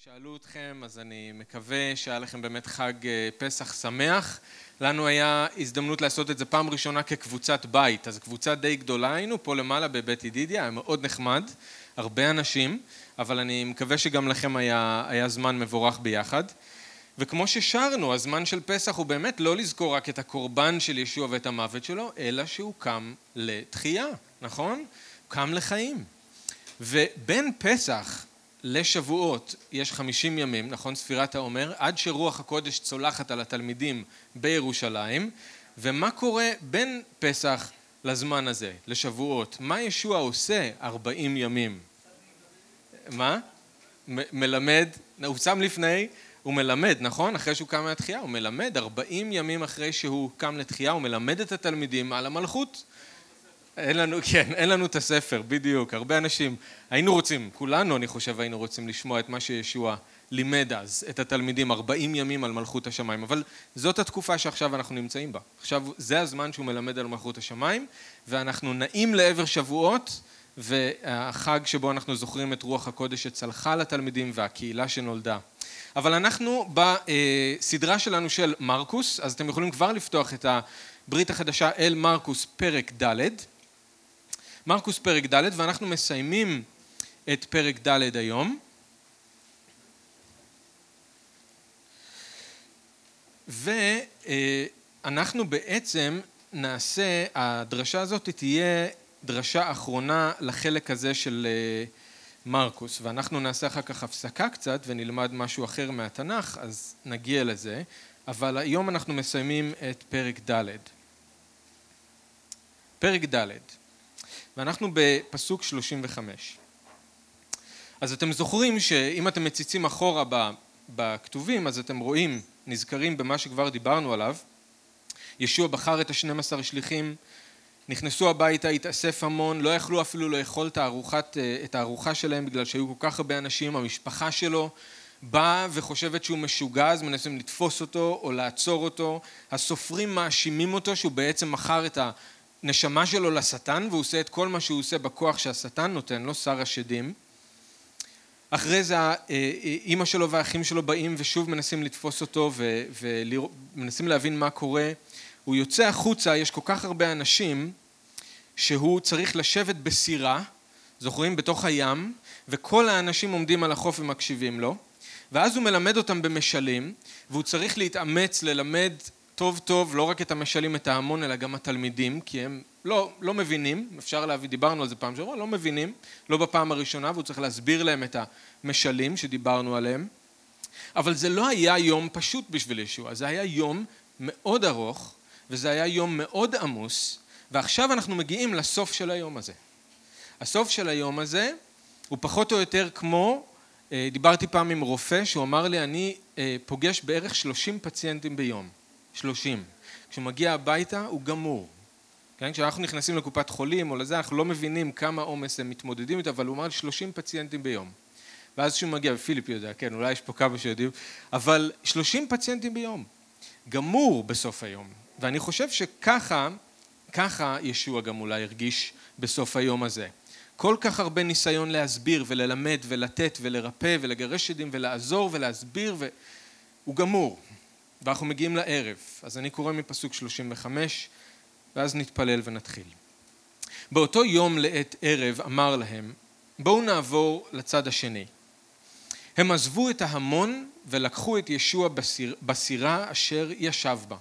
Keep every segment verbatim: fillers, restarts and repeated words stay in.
שאלו אתכם, אז אני מקווה שהיה לכם באמת חג פסח שמח. לנו היה הזדמנות לעשות את זה פעם ראשונה כקבוצת בית, אז קבוצה די גדולה היינו, פה למעלה בבית ידידיה, היה מאוד נחמד, הרבה אנשים, אבל אני מקווה שגם לכם היה, היה זמן מבורך ביחד. וכמו ששרנו, הזמן של פסח הוא באמת לא לזכור רק את הקורבן של ישוע ואת המוות שלו, אלא שהוא קם לתחייה, נכון? הוא קם לחיים. ובין פסח לשבועות יש חמישים ימים, נכון? ספירת העומר, עד שרוח הקודש צולחת על התלמידים בירושלים. ומה קורה בין פסח לזמן הזה, לשבועות? מה ישוע עושה ארבעים ימים? מה? מ- מלמד, הוא שם לפני, הוא מלמד, נכון? אחרי שהוא קם לתחייה, הוא מלמד ארבעים ימים אחרי שהוא קם לתחייה, הוא מלמד את התלמידים על המלכות. אין לנו, כן, אין לנו את הספר, בדיוק, הרבה אנשים, היינו רוצים, כולנו אני חושב היינו רוצים לשמוע את מה שישוע לימד אז, את התלמידים, ארבעים ימים על מלכות השמיים, אבל זאת התקופה שעכשיו אנחנו נמצאים בה. עכשיו זה הזמן שהוא מלמד על מלכות השמיים, ואנחנו נעים לעבר שבועות, והחג שבו אנחנו זוכרים את רוח הקודש שצלחה לתלמידים והקהילה שנולדה. אבל אנחנו בסדרה שלנו של מרקוס, אז אתם יכולים כבר לפתוח את הברית החדשה אל מרקוס פרק ד'. מרקוס פרק ד', ואנחנו מסיימים את פרק ד' היום. ואנחנו בעצם נעשה, הדרשה הזאת תהיה דרשה אחרונה לחלק הזה של מרקוס, ואנחנו נעשה אחר כך הפסקה קצת ונלמד משהו אחר מהתנ"ך, אז נגיע לזה, אבל היום אנחנו מסיימים את פרק ד'. פרק ד'. ואנחנו בפסוק שלושים וחמש. אז אתם זוכרים שאם אתם מציצים אחורה בכתובים, אז אתם רואים, נזכרים במה שכבר דיברנו עליו. ישוע בחר את ה-שנים עשר שליחים, נכנסו הביתה, התאסף המון, לא יכלו אפילו לאכול את הארוחת, את הארוחה שלהם בגלל שהיו כל כך הרבה אנשים. המשפחה שלו באה וחושבת שהוא משוגע, אז מנסים לתפוס אותו או לעצור אותו. הסופרים מאשימים אותו שהוא בעצם מכר את ה... נשמה שלו לשטן, והוא עושה את כל מה שהוא עושה בכוח שהשטן נותן לו, שר השדים. אחרי זה אמא שלו והאחים שלו באים ושוב מנסים לתפוס אותו ומנסים להבין מה קורה. הוא יוצא החוצה, יש כל כך הרבה אנשים שהוא צריך לשבת בסירה, זוכרים, בתוך הים, וכל האנשים עומדים על החוף ומקשיבים לו, ואז הוא מלמד אותם במשלים, והוא צריך להתאמץ ללמד טוב טוב, לא רק את המשלים, את ההמון, אלא גם התלמידים, כי הם לא, לא מבינים, אפשר להביא, דיברנו על זה פעם שעברה, לא מבינים, לא בפעם הראשונה, והוא צריך להסביר להם את המשלים שדיברנו עליהם. אבל זה לא היה יום פשוט בשביל ישוע, זה היה יום מאוד ארוך, וזה היה יום מאוד עמוס, ועכשיו אנחנו מגיעים לסוף של היום הזה. הסוף של היום הזה הוא פחות או יותר כמו, דיברתי פעם עם רופא, שהוא אמר לי, אני פוגש בערך שלושים פציינטים ביום. שלושים. כשהוא מגיע הביתה הוא גמור. כן? כשאנחנו נכנסים לקופת חולים או לזה, אנחנו לא מבינים כמה עומס הם מתמודדים איתה, אבל הוא אמר שלושים פציינטים ביום. ואז כשהוא מגיע, ופיליפ יודע, כן, אולי יש פה כמה שיודעים, אבל שלושים פציינטים ביום. גמור בסוף היום. ואני חושב שככה, ככה ישוע גם אולי הרגיש בסוף היום הזה. כל כך הרבה ניסיון להסביר וללמד ולתת ולרפא ולגרש שדים ולעזור ולהסביר, והוא גמור. ואנחנו מגיעים לערב, אז אני קורא מפסוק שלושים וחמש, ואז נתפלל ונתחיל. באותו יום לעת ערב אמר להם, בואו נעבור לצד השני. הם עזבו את ההמון ולקחו את ישוע בסיר, בסירה אשר ישב בה.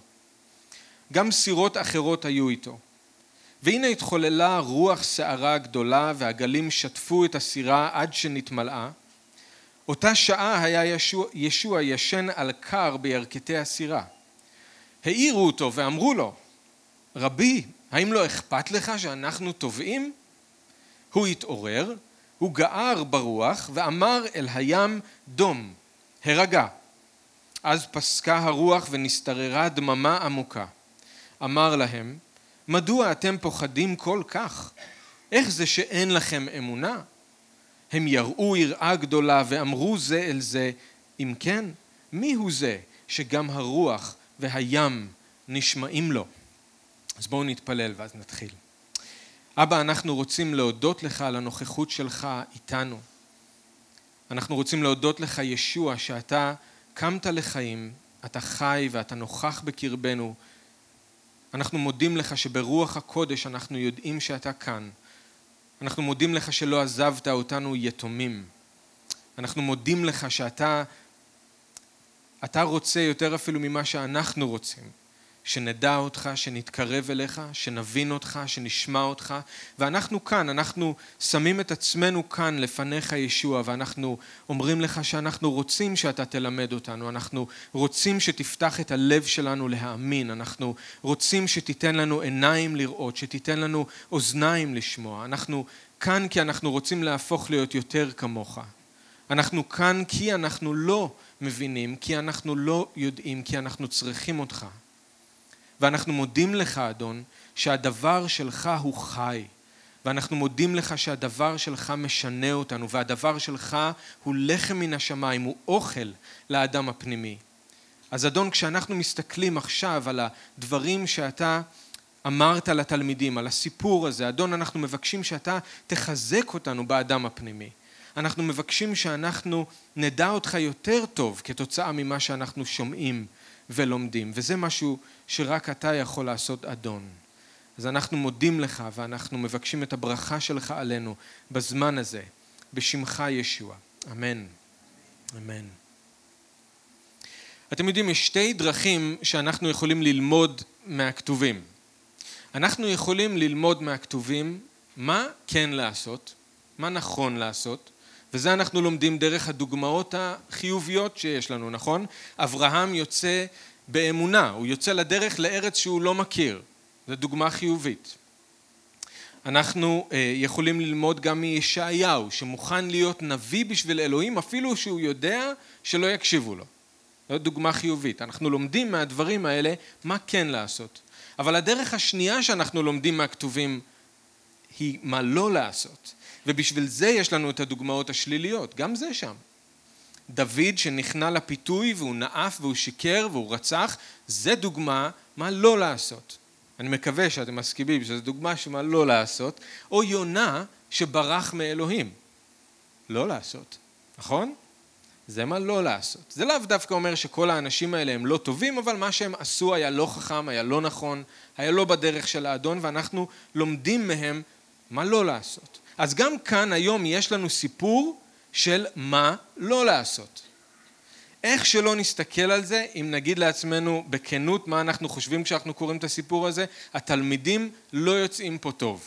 גם סירות אחרות היו איתו. והנה התחוללה רוח סערה גדולה, והגלים שטפו את הסירה עד שנתמלאה. אותה שעה היה ישוע, ישוע ישן על קר בירכתי הסירה. העירו אותו ואמרו לו, רבי, האם לא אכפת לך שאנחנו טובעים? הוא התעורר, הוא גער ברוח ואמר אל הים דום, הרגע. אז פסקה הרוח ונסתררה דממה עמוקה. אמר להם, מדוע אתם פוחדים כל כך? איך זה שאין לכם אמונה? הם יראו יראה גדולה ואמרו זה אל זה, אם כן, מי הוא זה שגם הרוח והים נשמעים לו? אז בואו נתפלל ואז נתחיל. אבא, אנחנו רוצים להודות לך על הנוכחות שלך איתנו. אנחנו רוצים להודות לך, ישוע, שאתה קמת לחיים, אתה חי ואתה נוכח בקרבנו. אנחנו מודים לך שברוח הקודש אנחנו יודעים שאתה כאן. אנחנו מודים לך שלא עזבת אותנו יתומים. אנחנו מודים לך שאתה אתה רוצה יותר אפילו ממה שאנחנו רוצים. שנדע אותך, שנתקרב אליך, שנבין אותך, שנשמע אותך. ואנחנו כאן, אנחנו שמים את עצמנו כאן לפניך ישוע, ואנחנו אומרים לך שאנחנו רוצים שאתה תלמד אותנו, אנחנו רוצים שתפתח את הלב שלנו להאמין, אנחנו רוצים שתיתן לנו עיניים לראות, שתיתן לנו אוזניים לשמוע. אנחנו כאן כי אנחנו רוצים להפוך להיות יותר כמוך. אנחנו כאן כי אנחנו לא מבינים, כי אנחנו לא יודעים, כי אנחנו צריכים אותך. ואנחנו מודים לך, אדון, שהדבר שלך הוא חי. ואנחנו מודים לך שהדבר שלך משנה אותנו, והדבר שלך הוא לחם מן השמיים, הוא אוכל לאדם הפנימי. אז אדון, כשאנחנו מסתכלים עכשיו על הדברים שאתה אמרת לתלמידים, על הסיפור הזה, אדון, אנחנו מבקשים שאתה תחזק אותנו באדם הפנימי. אנחנו מבקשים שאנחנו נדע אותך יותר טוב כתוצאה ממה שאנחנו שומעים ולומדים, וזה משהו שרק אתה יכול לעשות, אדון. אז אנחנו מודים לך ואנחנו מבקשים את הברכה שלך עלינו בזמן הזה, בשמך ישוע. אמן. אמן. אתם יודעים, יש שתי דרכים שאנחנו יכולים ללמוד מהכתובים. אנחנו יכולים ללמוד מהכתובים מה כן לעשות, מה נכון לעשות, וזה אנחנו לומדים דרך הדוגמאות החיוביות שיש לנו, נכון? אברהם יוצא באמונה, הוא יוצא לדרך לארץ שהוא לא מכיר. זו דוגמה חיובית. אנחנו אה, יכולים ללמוד גם מישעיהו, שמוכן להיות נביא בשביל אלוהים, אפילו שהוא יודע שלא יקשיבו לו. זו דוגמה חיובית. אנחנו לומדים מהדברים האלה מה כן לעשות. אבל הדרך השנייה שאנחנו לומדים מהכתובים היא מה לא לעשות. ובשביל זה יש לנו את הדוגמאות השליליות, גם זה שם. דוד שנכנע לפיתוי והוא נאף והוא שיקר והוא רצח, זה דוגמה מה לא לעשות. אני מקווה שאתם מסכימים שזו דוגמה שמה לא לעשות, או יונה שברח מאלוהים. לא לעשות, נכון? זה מה לא לעשות. זה לאו דווקא אומר שכל האנשים האלה הם לא טובים, אבל מה שהם עשו היה לא חכם, היה לא נכון, היה לא בדרך של האדון, ואנחנו לומדים מהם מה לא לעשות. אז גם כאן היום יש לנו סיפור של מה לא לעשות. איך שלא נסתכל על זה, אם נגיד לעצמנו בכנות מה אנחנו חושבים כשאנחנו קוראים את הסיפור הזה, התלמידים לא יוצאים פה טוב.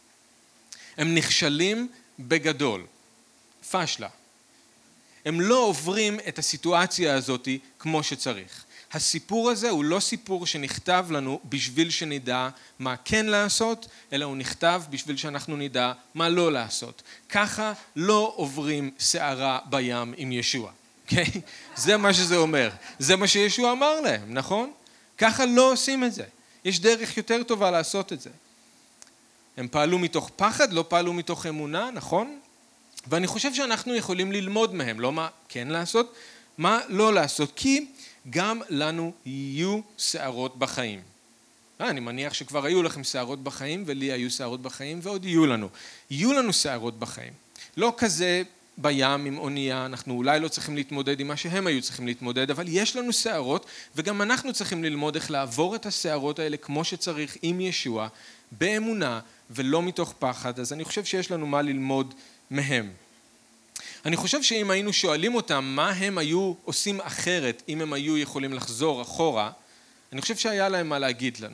הם נכשלים בגדול, פשלה. הם לא עוברים את הסיטואציה הזאת כמו שצריך. הסיפור הזה הוא לא סיפור שנכתב לנו בשביל שנדע מה כן לעשות, אלא הוא נכתב בשביל שאנחנו נדע מה לא לעשות. ככה לא עוברים שערה בים עם ישוע. Okay? זה מה שזה אומר. זה מה שישוע אמר להם, נכון? ככה לא עושים את זה. יש דרך יותר טובה לעשות את זה. הם פעלו מתוך פחד, לא פעלו מתוך אמונה, נכון? ואני חושב שאנחנו יכולים ללמוד מהם, לא מה כן לעשות, מה לא לעשות, כי גם לנו יהיו שערות בחיים. אני מניח שכבר היו לכם שערות בחיים, ולי היו שערות בחיים, ועוד יהיו לנו. יהיו לנו שערות בחיים. לא כזה בים עם אונייה, אנחנו אולי לא צריכים להתמודד עם מה שהם היו צריכים להתמודד, אבל יש לנו שערות, וגם אנחנו צריכים ללמוד איך לעבור את השערות האלה כמו שצריך עם ישוע, באמונה ולא מתוך פחד. אז אני חושב שיש לנו מה ללמוד מהם. אני חושב שאם היינו שואלים אותם מה הם היו עושים אחרת, אם הם היו יכולים לחזור אחורה, אני חושב שהיה להם מה להגיד לנו.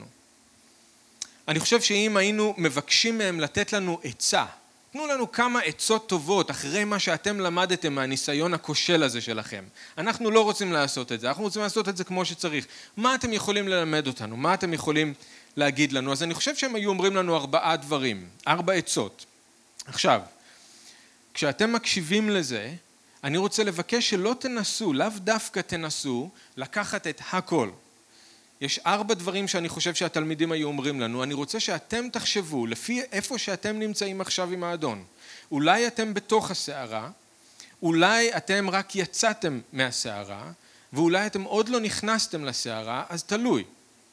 אני חושב שאם היינו מבקשים מהם לתת לנו עצה, תנו לנו כמה עצות טובות אחרי מה שאתם למדתם מהניסיון הכושל הזה שלכם. אנחנו לא רוצים לעשות את זה, אנחנו רוצים לעשות את זה כמו שצריך. מה אתם יכולים ללמד אותנו? מה אתם יכולים להגיד לנו? אז אני חושב שהם היו אומרים לנו ארבעה דברים, ארבע עצות. עכשיו, כשאתם מקשיבים לזה, אני רוצה לבקש שלא תנסו, לאו דווקא תנסו, לקחת את הכל. יש ארבע דברים שאני חושב שהתלמידים היו אומרים לנו, אני רוצה שאתם תחשבו, לפי איפה שאתם נמצאים עכשיו עם האדון. אולי אתם בתוך השערה, אולי אתם רק יצאתם מהשערה, ואולי אתם עוד לא נכנסתם לשערה, אז תלוי.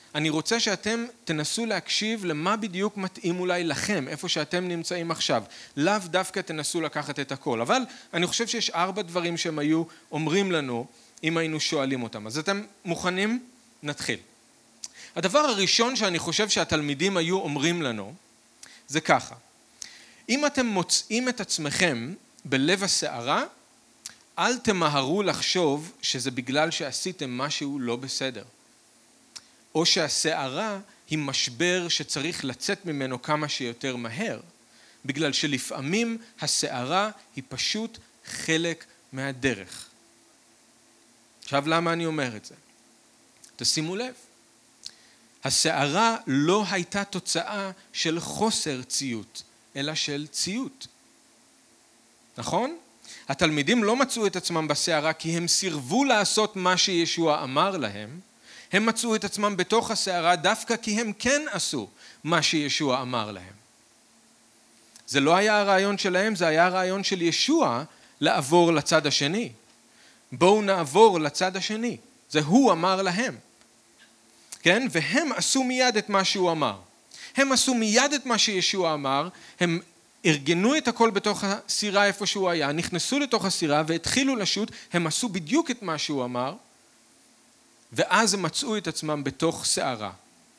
אני רוצה שאתם תנסו להקשיב למה בדיוק מתאים אולי לכם, איפה שאתם נמצאים עכשיו. לאו דווקא תנסו לקחת את הכל, אבל אני חושב שיש ארבע דברים שהם היו אומרים לנו אם היינו שואלים אותם. אז אתם מוכנים? נתחיל. הדבר הראשון שאני חושב שהתלמידים היו אומרים לנו, זה ככה. אם אתם מוצאים את עצמכם בלב הסערה, אל תמהרו לחשוב שזה בגלל שעשיתם משהו לא בסדר. או שהסערה היא משבר שצריך לצאת ממנו כמה שיותר מהר, בגלל שלפעמים הסערה היא פשוט חלק מהדרך. עכשיו למה אני אומר את זה? תשימו לב. הסערה לא הייתה תוצאה של חוסר ציות, אלא של ציות. נכון? התלמידים לא מצאו את עצמם בסערה כי הם סירבו לעשות מה שישוע אמר להם, הם מצאו את עצמם בתוך הסערה דווקא כי הם כן עשו מה שישוע אמר להם. זה לא היה הרעיון שלהם, זה היה הרעיון של ישוע לעבור לצד השני. בואו נעבור לצד השני. זה הוא אמר להם. כן? והם עשו מיד את מה שהוא אמר. הם עשו מיד את מה שישוע אמר, הם ארגנו את הכל בתוך הסירה איפה שהוא היה, נכנסו לתוך הסירה והתחילו לשוט, הם עשו בדיוק את מה שהוא אמר, ואז הם מצאו את עצמם בתוך סערה.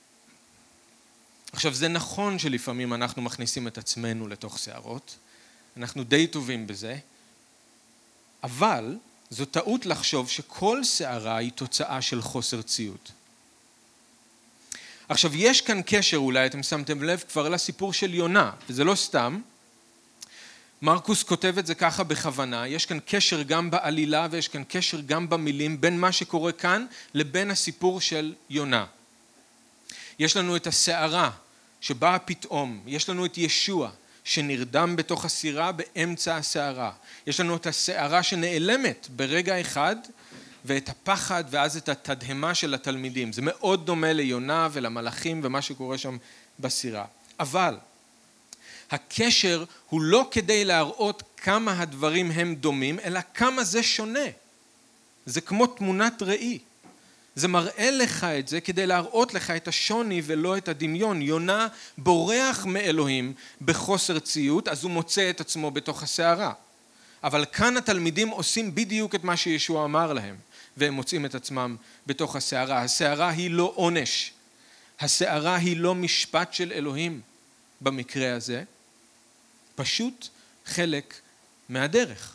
עכשיו זה נכון שלפעמים אנחנו מכניסים את עצמנו לתוך סערות, אנחנו די טובים בזה, אבל זו טעות לחשוב שכל סערה היא תוצאה של חוסר ציות. עכשיו יש כאן קשר, אולי אתם שמתם לב כבר לסיפור של יונה, וזה לא סתם. מרקוס כותב את זה ככה בכוונה, יש כאן קשר גם בעלילה ויש כאן קשר גם במילים בין מה שקורה כאן לבין הסיפור של יונה. יש לנו את הסערה שבאה פתאום, יש לנו את ישוע שנרדם בתוך הסירה באמצע הסערה, יש לנו את הסערה שנעלמת ברגע אחד, ואת הפחד ואז את התדהמה של התלמידים. זה מאוד דומה ליונה ולמלאכים ומה שקורה שם בסירה. אבל הקשר הוא לא כדי להראות כמה הדברים הם דומים, אלא כמה זה שונה. זה כמו תמונת ראי. זה מראה לך את זה כדי להראות לך את השוני ולא את הדמיון. יונה בורח מאלוהים בחוסר ציות, אז הוא מוצא את עצמו בתוך הסערה. אבל כאן התלמידים עושים בדיוק את מה שישוע אמר להם. והם מוצאים את עצמם בתוך הסערה. הסערה היא לא עונש. הסערה היא לא משפט של אלוהים במקרה הזה. פשוט חלק מהדרך.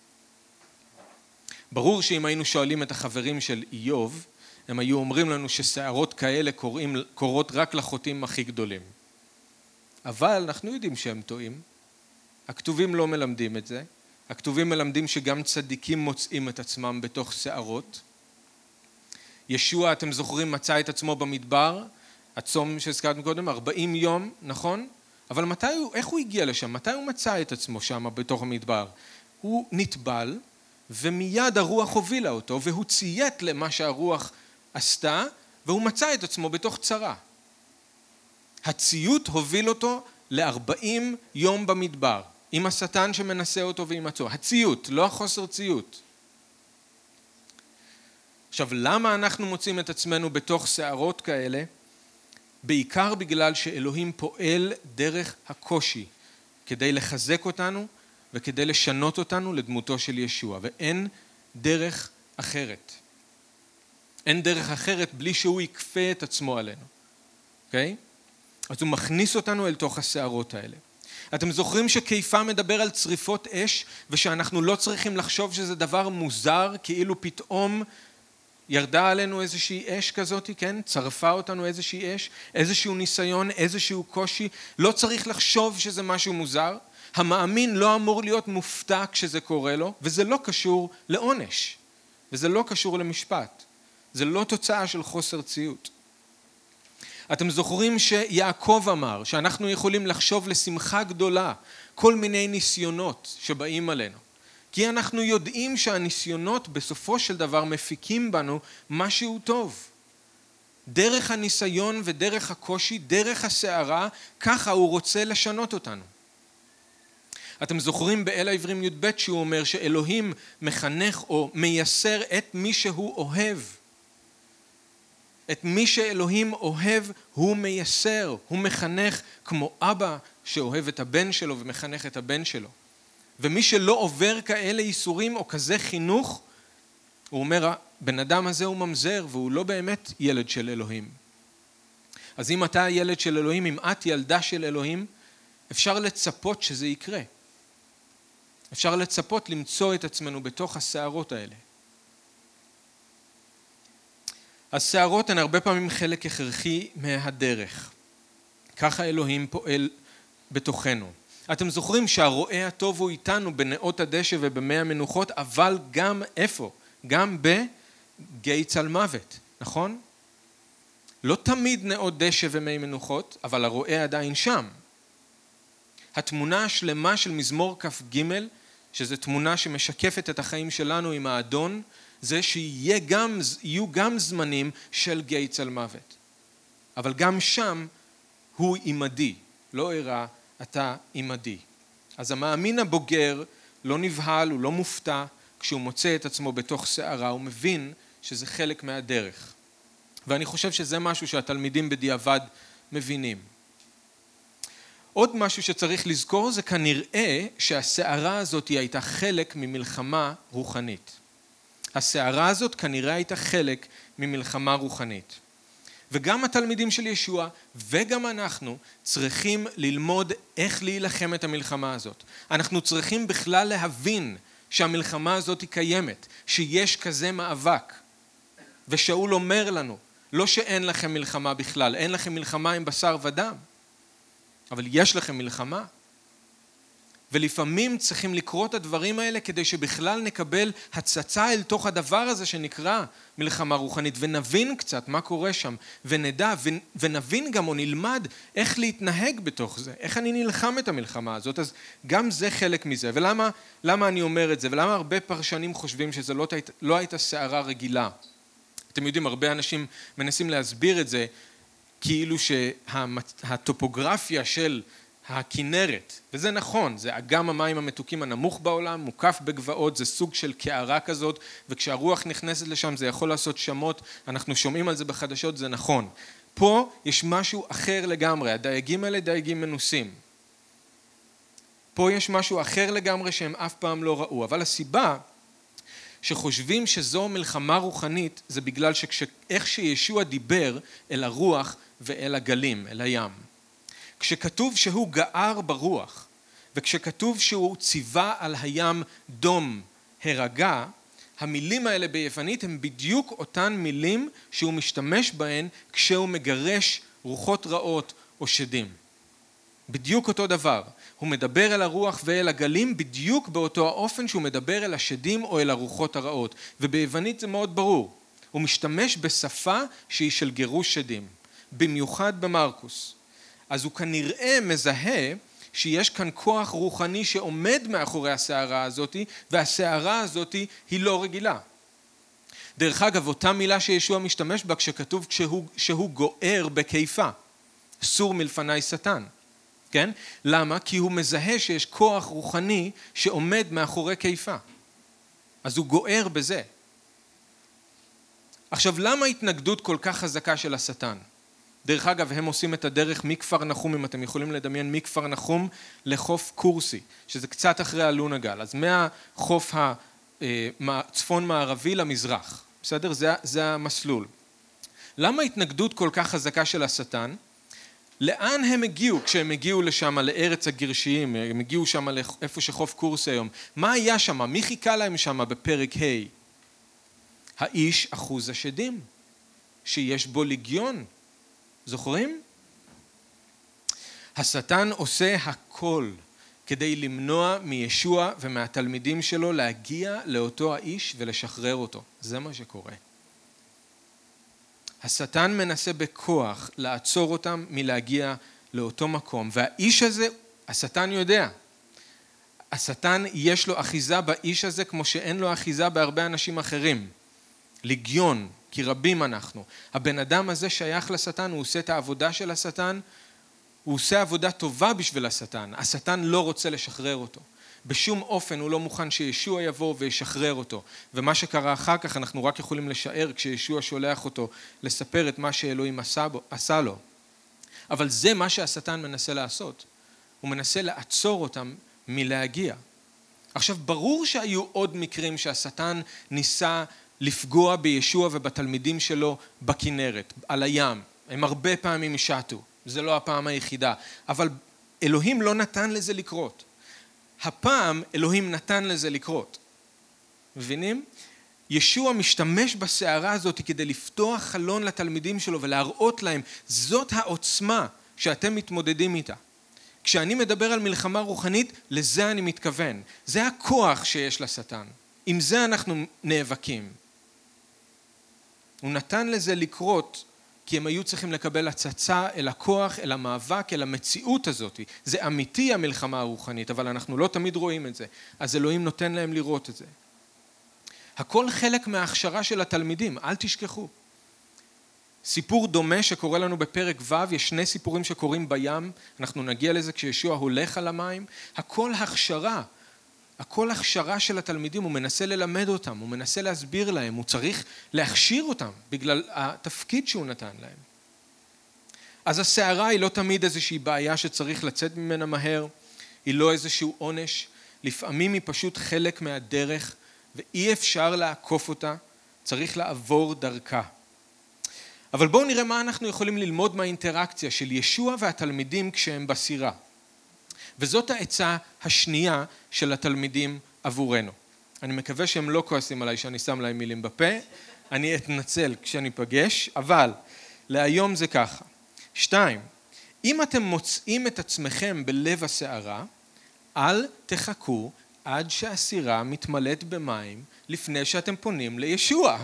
ברור שאם היינו שואלים את החברים של איוב, הם היו אומרים לנו שסערות כאלה קוראים, קורות רק לחוטאים הכי גדולים. אבל אנחנו יודעים שהם טועים. הכתובים לא מלמדים את זה. הכתובים מלמדים שגם צדיקים מוצאים את עצמם בתוך סערות. ישוע, אתם זוכרים, מצא את עצמו במדבר, הצום שהזכרנו קודם, ארבעים יום, נכון? אבל מתי הוא, איך הוא הגיע לשם? מתי הוא מצא את עצמו שם בתוך המדבר? הוא נטבל, ומיד הרוח הובילה אותו, והוא ציית למה שהרוח עשתה, והוא מצא את עצמו בתוך צרה. הציות הוביל אותו ל-ארבעים יום במדבר. עם השטן שמנסה אותו ועם הצור. הציות, לא החוסר ציות. עכשיו, למה אנחנו מוצאים את עצמנו בתוך סערות כאלה? בעיקר בגלל שאלוהים פועל דרך הקושי, כדי לחזק אותנו וכדי לשנות אותנו לדמותו של ישוע, ואין דרך אחרת. אין דרך אחרת בלי שהוא יקפה את עצמו עלינו. אוקיי? אז הוא מכניס אותנו אל תוך הסערות האלה. אתם זוכרים שכיפה מדבר על צריפות אש, ושאנחנו לא צריכים לחשוב שזה דבר מוזר, כאילו פתאום ירדה עלינו איזושהי אש כזאת, כן? צרפה אותנו איזושהי אש, איזשהו ניסיון, איזשהו קושי. לא צריך לחשוב שזה משהו מוזר. המאמין לא אמור להיות מופתע כשזה קורה לו, וזה לא קשור לעונש, וזה לא קשור למשפט. זה לא תוצאה של חוסר ציות. אתם זוכרים שיעקב אמר שאנחנו יכולים לחשוב לשמחה גדולה כל מיני ניסיונות שבאים עלינו. כי אנחנו יודעים שהניסיונות בסופו של דבר מפיקים בנו משהו טוב. דרך הניסיון ודרך הקושי, דרך הסערה, ככה הוא רוצה לשנות אותנו. אתם זוכרים באל העברים י"ב שהוא אומר שאלוהים מחנך או מייסר את מי שהוא אוהב. את מי שאלוהים אוהב הוא מייסר, הוא מחנך כמו אבא שאוהב את הבן שלו ומחנך את הבן שלו. ומי שלא עובר כאלה ייסורים או כזה חינוך, הוא אומר, הבן אדם הזה הוא ממזר והוא לא באמת ילד של אלוהים. אז אם אתה ילד של אלוהים, אם את ילדה של אלוהים, אפשר לצפות שזה יקרה. אפשר לצפות למצוא את עצמנו בתוך הסערות האלה. הסערות הן הרבה פעמים חלק הכרחי מהדרך. ככה אלוהים פועל בתוכנו. אתם זוכרים שהרועה הטוב הוא איתנו בנאות הדשא ובמי המנוחות, אבל גם איפה? גם בגיא צל מוות, נכון? לא תמיד נאות דשא ומי מנוחות, אבל הרועה עדיין שם. התמונה השלמה של מזמור כף ג', שזו תמונה שמשקפת את החיים שלנו עם האדון, זה שיהיו גם, גם זמנים של גיא צל מוות. אבל גם שם הוא עימדי, לא אירע, אתה עימדי. אז המאמין הבוגר לא נבהל, הוא לא מופתע, כשהוא מוצא את עצמו בתוך שערה, הוא מבין שזה חלק מהדרך. ואני חושב שזה משהו שהתלמידים בדיעבד מבינים. עוד משהו שצריך לזכור זה כנראה שהשערה הזאת הייתה חלק ממלחמה רוחנית. השערה הזאת כנראה הייתה חלק ממלחמה רוחנית. וגם התלמידים של ישוע וגם אנחנו צריכים ללמוד איך להילחם את המלחמה הזאת. אנחנו צריכים בכלל להבין שהמלחמה הזאת היא קיימת, שיש כזה מאבק. ושאול אומר לנו, לא שאין לכם מלחמה בכלל, אין לכם מלחמה עם בשר ודם, אבל יש לכם מלחמה. ולפעמים צריכים לקרוא את הדברים האלה כדי שבכלל נקבל הצצה אל תוך הדבר הזה שנקרא מלחמה רוחנית, ונבין קצת מה קורה שם, ונדע, ונבין גם או נלמד איך להתנהג בתוך זה, איך אני נלחם את המלחמה הזאת. אז גם זה חלק מזה. ולמה למה אני אומר את זה? ולמה הרבה פרשנים חושבים שזה לא, לא הייתה שערה רגילה? אתם יודעים, הרבה אנשים מנסים להסביר את זה, כאילו שהטופוגרפיה של הכנרת, וזה נכון, זה אגם המים המתוקים הנמוך בעולם, מוקף בגבעות, זה סוג של קערה כזאת, וכשהרוח נכנסת לשם זה יכול לעשות שמות, אנחנו שומעים על זה בחדשות, זה נכון. פה יש משהו אחר לגמרי, הדייגים האלה דייגים מנוסים. פה יש משהו אחר לגמרי שהם אף פעם לא ראו, אבל הסיבה שחושבים שזו מלחמה רוחנית, זה בגלל שאיך שישוע דיבר אל הרוח ואל הגלים, אל הים. כשכתוב שהוא גער ברוח, וכשכתוב שהוא ציווה על הים דום הרגע, המילים האלה ביוונית הם בדיוק אותן מילים שהוא משתמש בהן כשהוא מגרש רוחות רעות או שדים. בדיוק אותו דבר. הוא מדבר אל הרוח ואל הגלים בדיוק באותו האופן שהוא מדבר אל השדים או אל הרוחות הרעות. וביוונית זה מאוד ברור. הוא משתמש בשפה שהיא של גירוש שדים, במיוחד במרקוס. אז הוא כנראה מזהה שיש כאן כוח רוחני שעומד מאחורי השערה הזאת, והשערה הזאת היא לא רגילה. דרך אגב, אותה מילה שישוע משתמש בה כשכתוב שהוא, שהוא גוער בקיפה. סור מלפני שטן. כן? למה? כי הוא מזהה שיש כוח רוחני שעומד מאחורי קיפה. אז הוא גוער בזה. עכשיו, למה התנגדות כל כך חזקה של השטן? דרך אגב, הם עושים את הדרך מכפר נחום, אם אתם יכולים לדמיין, מכפר נחום לחוף קורסי, שזה קצת אחרי אלונגל. אז מהחוף הצפון מערבי למזרח. בסדר? זה, זה המסלול. למה התנגדות כל כך חזקה של השטן? לאן הם הגיעו כשהם הגיעו לשם, לארץ הגרשיים, הם הגיעו שם לאיפה שחוף קורסי היום? מה היה שם? מי חיכה להם שם בפרק ה'? האיש אחוז השדים, שיש בו לגיון. זוכרים? השטן עושה הכל כדי למנוע מישוע ומהתלמידים שלו להגיע לאותו האיש ולשחרר אותו. זה מה שקורה. השטן מנסה בכוח לעצור אותם מלהגיע לאותו מקום, והאיש הזה, השטן יודע. השטן יש לו אחיזה באיש הזה כמו שאין לו אחיזה בהרבה אנשים אחרים. לגיון, כי רבים אנחנו. הבן אדם הזה שייך לשטן, הוא עושה את העבודה של השטן, הוא עושה עבודה טובה בשביל השטן. השטן לא רוצה לשחרר אותו. בשום אופן הוא לא מוכן שישוע יבוא וישחרר אותו. ומה שקרה אחר כך אנחנו רק יכולים לשער כשישוע שולח אותו לספר את מה שאלוהים עשה, בו, עשה לו. אבל זה מה שהשטן מנסה לעשות. הוא מנסה לעצור אותם מלהגיע. עכשיו ברור שהיו עוד מקרים שהשטן ניסה לפגוע בישוע ובתלמידים שלו בכנרת, על הים. הם הרבה פעמים שטו, זה לא הפעם היחידה. אבל אלוהים לא נתן לזה לקרות. הפעם אלוהים נתן לזה לקרות. מבינים? ישוע משתמש בסערה הזאת כדי לפתוח חלון לתלמידים שלו ולהראות להם, זאת העוצמה שאתם מתמודדים איתה. כשאני מדבר על מלחמה רוחנית, לזה אני מתכוון. זה הכוח שיש לשטן. עם זה אנחנו נאבקים. הוא נתן לזה לקרות, כי הם היו צריכים לקבל הצצה אל הכוח, אל המאבק, אל המציאות הזאת. זה אמיתי המלחמה הרוחנית, אבל אנחנו לא תמיד רואים את זה. אז אלוהים נותן להם לראות את זה. הכל חלק מההכשרה של התלמידים, אל תשכחו. סיפור דומה שקורה לנו בפרק ו', יש שני סיפורים שקורים בים, אנחנו נגיע לזה כשישוע הולך על המים, הכל הכשרה, הכל הכשרה של התלמידים, הוא מנסה ללמד אותם, הוא מנסה להסביר להם, הוא צריך להכשיר אותם בגלל התפקיד שהוא נתן להם. אז הסערה היא לא תמיד איזושהי בעיה שצריך לצאת ממנה מהר, היא לא איזשהו עונש, לפעמים היא פשוט חלק מהדרך ואי אפשר לעקוף אותה, צריך לעבור דרכה. אבל בואו נראה מה אנחנו יכולים ללמוד מהאינטראקציה של ישוע והתלמידים כשהם בסירה. וזאת העצה השנייה של התלמידים עבורנו. אני מקווה שהם לא כועסים עליי שאני שם להם מילים בפה, אני אתנצל כשאני פגש, אבל להיום זה ככה. שתיים, אם אתם מוצאים את עצמכם בלב הסערה, אל תחכו עד שהסירה מתמלאת במים לפני שאתם פונים לישוע.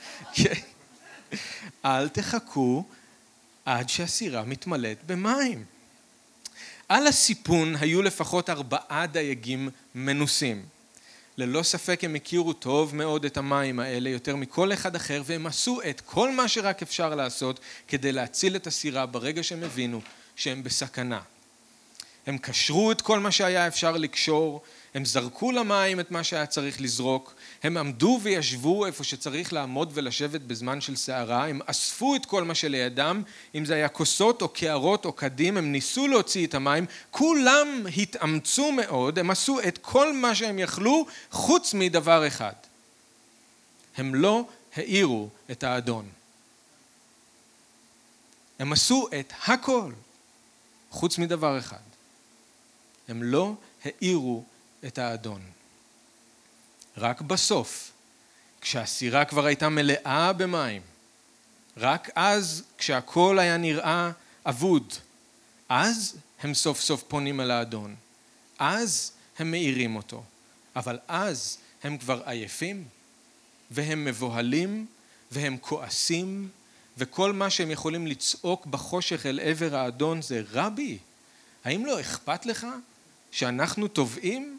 אל תחכו עד שהסירה מתמלאת במים. על הסיפון היו לפחות ארבעה דייגים מנוסים. ללא ספק הם הכירו טוב מאוד את המים האלה יותר מכל אחד אחר, והם עשו את כל מה שרק אפשר לעשות כדי להציל את הסירה ברגע שהם הבינו שהם בסכנה. הם קשרו את כל מה שהיה אפשר לקשור, הם זרקו למים את מה שהיה צריך לזרוק, הם עמדו וישבו איפה שצריך לעמוד ולשבת בזמן של סערה, הם אספו את כל מה שלידם, אם זה היה כוסות או קערות או קדים, הם ניסו להוציא את המים, כולם התאמצו מאוד, הם עשו את כל מה שהם יכלו חוץ מדבר אחד. הם לא העירו את האדון. הם עשו את הכל חוץ מדבר אחד. הם לא העירו את האדון. רק בסוף, כשהסירה כבר הייתה מלאה במים, רק אז כשהכל היה נראה אבוד, אז הם סוף סוף פונים אל האדון. אז הם מאירים אותו. אבל אז הם כבר עייפים, והם מבוהלים, והם כועסים, וכל מה שהם יכולים לצעוק בחושך אל עבר האדון זה, רבי, האם לא אכפת לך שאנחנו טובעים?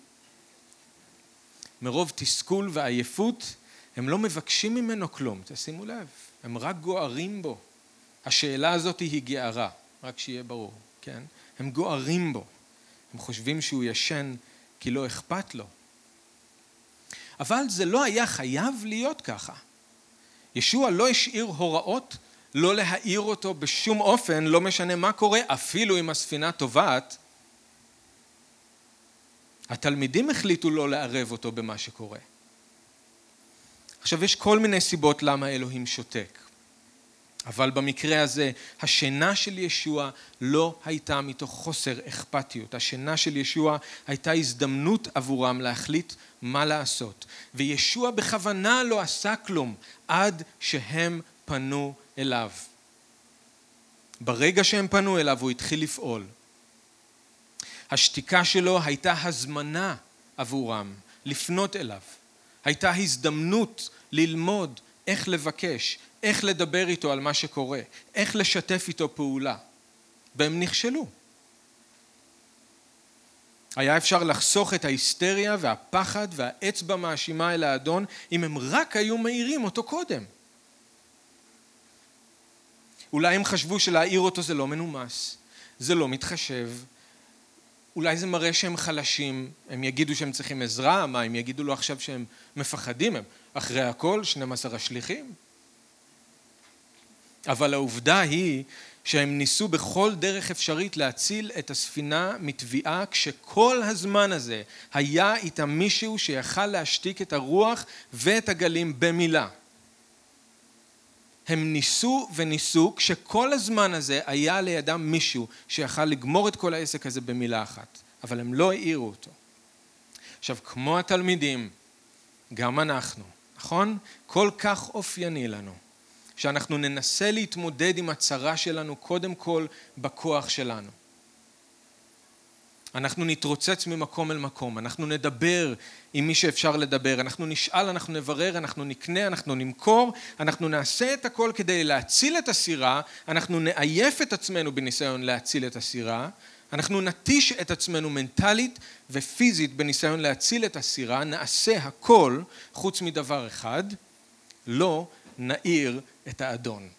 מרוב תסכול ועייפות, הם לא מבקשים ממנו כלום, תשימו לב, הם רק גוערים בו. השאלה הזאת היא גערה, רק שיהיה ברור, כן? הם גוערים בו, הם חושבים שהוא ישן כי לא אכפת לו. אבל זה לא היה חייב להיות ככה. ישוע לא השאיר הוראות לא להעיר אותו בשום אופן, לא משנה מה קורה, אפילו אם הספינה טובעת, התלמידים החליטו לא לערב אותו במה שקורה. עכשיו יש כל מיני סיבות למה אלוהים שותק. אבל במקרה הזה, השינה של ישוע לא הייתה מתוך חוסר אכפתיות. השינה של ישוע הייתה הזדמנות עבורם להחליט מה לעשות. וישוע בכוונה לא עשה כלום עד שהם פנו אליו. ברגע שהם פנו אליו הוא התחיל לפעול. השתיקה שלו הייתה הזמנה עבורם, לפנות אליו. הייתה הזדמנות ללמוד איך לבקש, איך לדבר איתו על מה שקורה, איך לשתף איתו פעולה. והם נכשלו. היה אפשר לחסוך את ההיסטריה והפחד והאצבע מאשימה אל האדון, אם הם רק היו מאירים אותו קודם. אולי הם חשבו שלהעיר אותו זה לא מנומס, זה לא מתחשב, אולי זה מראה שהם חלשים, הם יגידו שהם צריכים עזרה, מה, הם יגידו לו עכשיו שהם מפחדים, הם אחרי הכל שנים עשר השליחים. אבל העובדה היא שהם ניסו בכל דרך אפשרית להציל את הספינה מטביעה, כשכל הזמן הזה היה איתם מישהו שיכל להשתיק את הרוח ואת הגלים במילה. הם ניסו וניסו, כשכל הזמן הזה היה לידם מישהו שיכל לגמור את כל העסק הזה במילה אחת, אבל הם לא העירו אותו. עכשיו, כמו התלמידים, גם אנחנו, נכון? כל כך אופייני לנו, שאנחנו ננסה להתמודד עם הצרה שלנו קודם כל בכוח שלנו. אנחנו נתרוצץ ממקום אל מקום, אנחנו נדבר עם מי שאפשר לדבר, אנחנו נשאל, אנחנו נברר, אנחנו נקנה, אנחנו נמכור, אנחנו נעשה את הכל כדי להציל את הסירה, אנחנו נעייף את עצמנו בניסיון להציל את הסירה, אנחנו נטיש את עצמנו מנטלית ופיזית בניסיון להציל את הסירה, נעשה הכל חוץ מדבר אחד, לא נעיר את האדון.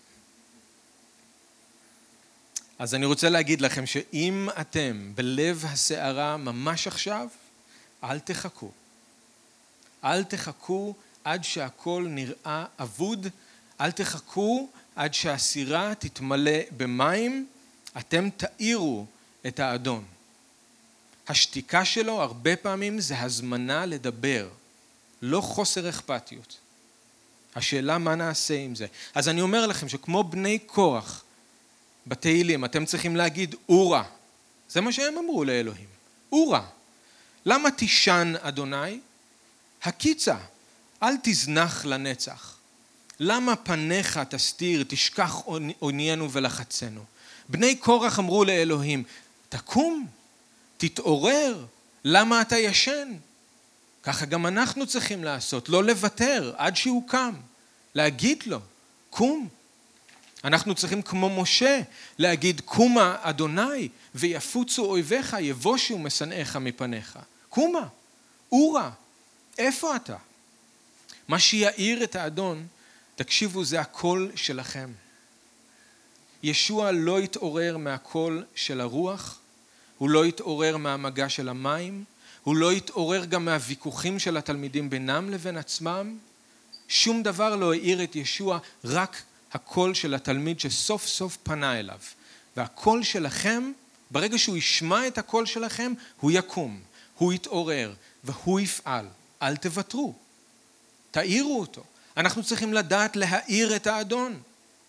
אז אני רוצה להגיד לכם שאם אתם בלב הסערה ממש עכשיו, אל תחכו. אל תחכו עד שהכל נראה אבוד, אל תחכו עד שהסירה תתמלא במים, אתם תאירו את האדון. השתיקה שלו הרבה פעמים זה הזמנה לדבר, לא חוסר אכפתיות. השאלה מה נעשה עם זה. אז אני אומר לכם שכמו בני קורח בתהילים, אתם צריכים להגיד אורה. זה מה שהם אמרו לאלוהים. אורה. למה תישן אדוני? הקיצה, אל תזנח לנצח. למה פניך תסתיר, תשכח עוניינו ולחצנו? בני קורח אמרו לאלוהים, תקום, תתעורר, למה אתה ישן? ככה גם אנחנו צריכים לעשות, לא לוותר עד שהוא קם, להגיד לו, קום. אנחנו צריכים כמו משה להגיד, קומה אדוני ויפוצו אויביך, יבושו משנאיך מפניך. קומה, אורה, איפה אתה? מה שיעיר את האדון, תקשיבו, זה הקול שלכם. ישוע לא התעורר מהקול של הרוח, הוא לא התעורר מהמגע של המים, הוא לא התעורר גם מהוויכוחים של התלמידים בינם לבין עצמם. שום דבר לא העיר את ישוע, רק הקול של התלמיד שסוף סוף פנה אליו. והקול שלכם, ברגע שהוא ישמע את הקול שלכם, הוא יקום, הוא יתעורר והוא יפעל. אל תוותרו, תאירו אותו. אנחנו צריכים לדעת להאיר את האדון.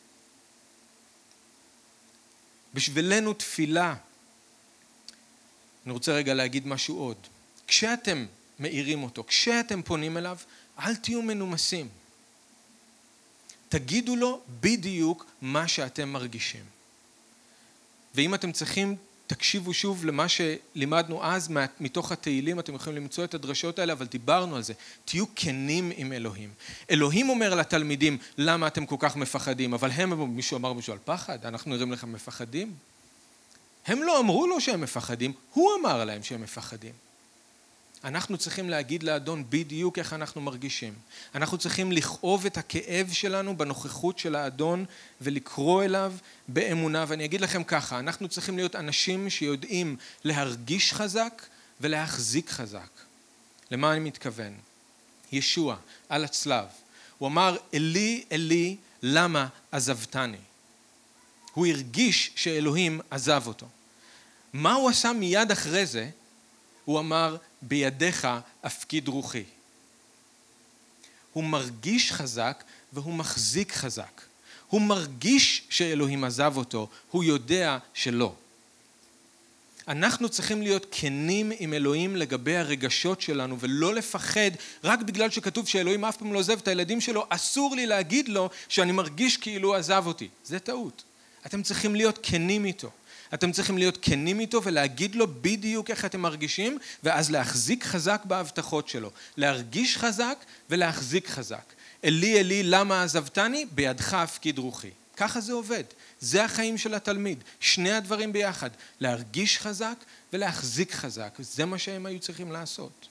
בשבילנו תפילה, אני רוצה רגע להגיד משהו עוד. כשאתם מאירים אותו, כשאתם פונים אליו, אל תהיו מנומסים. תגידו לו בדיוק מה שאתם מרגישים. ואם אתם צריכים, תקשיבו שוב למה שלימדנו אז מתוך התהילים, אתם יכולים למצוא את הדרשות האלה, אבל דיברנו על זה. תהיו כנים עם אלוהים. אלוהים אומר לתלמידים, למה אתם כל כך מפחדים? אבל הם, מישהו אמר משהו על פחד, אנחנו נראים לכם מפחדים. הם לא אמרו לו שהם מפחדים, הוא אמר להם שהם מפחדים. אנחנו צריכים להגיד לאדון בדיוק איך אנחנו מרגישים. אנחנו צריכים לכאוב את הכאב שלנו בנוכחות של האדון ולקרוא אליו באמונה. ואני אגיד לכם ככה, אנחנו צריכים להיות אנשים שיודעים להרגיש חזק ולהחזיק חזק. למה אני מתכוון? ישוע על הצלב, הוא אמר, אלי, אלי, למה עזבתני? הוא הרגיש שאלוהים עזב אותו. מה הוא עשה מיד אחרי זה? הוא אמר, בידיך אפקיד רוחי. הוא מרגיש חזק והוא מחזיק חזק. הוא מרגיש שאלוהים עזב אותו, הוא יודע שלא. אנחנו צריכים להיות כנים עם אלוהים לגבי הרגשות שלנו, ולא לפחד רק בגלל שכתוב שאלוהים אף פעם לא עוזב את הילדים שלו, אסור לי להגיד לו שאני מרגיש כאילו עזב אותי. זה טעות. אתם צריכים להיות כנים איתו. אתם צריכים להיות כנים איתו ולהגיד לו בדיוק איך אתם מרגישים, ואז להחזיק חזק בהבטחות שלו. להרגיש חזק ולהחזיק חזק. אלי, אלי, למה עזבתני? בידך אפקיד רוחי. ככה זה עובד. זה החיים של התלמיד. שני הדברים ביחד. להרגיש חזק ולהחזיק חזק. זה מה שהם היו צריכים לעשות.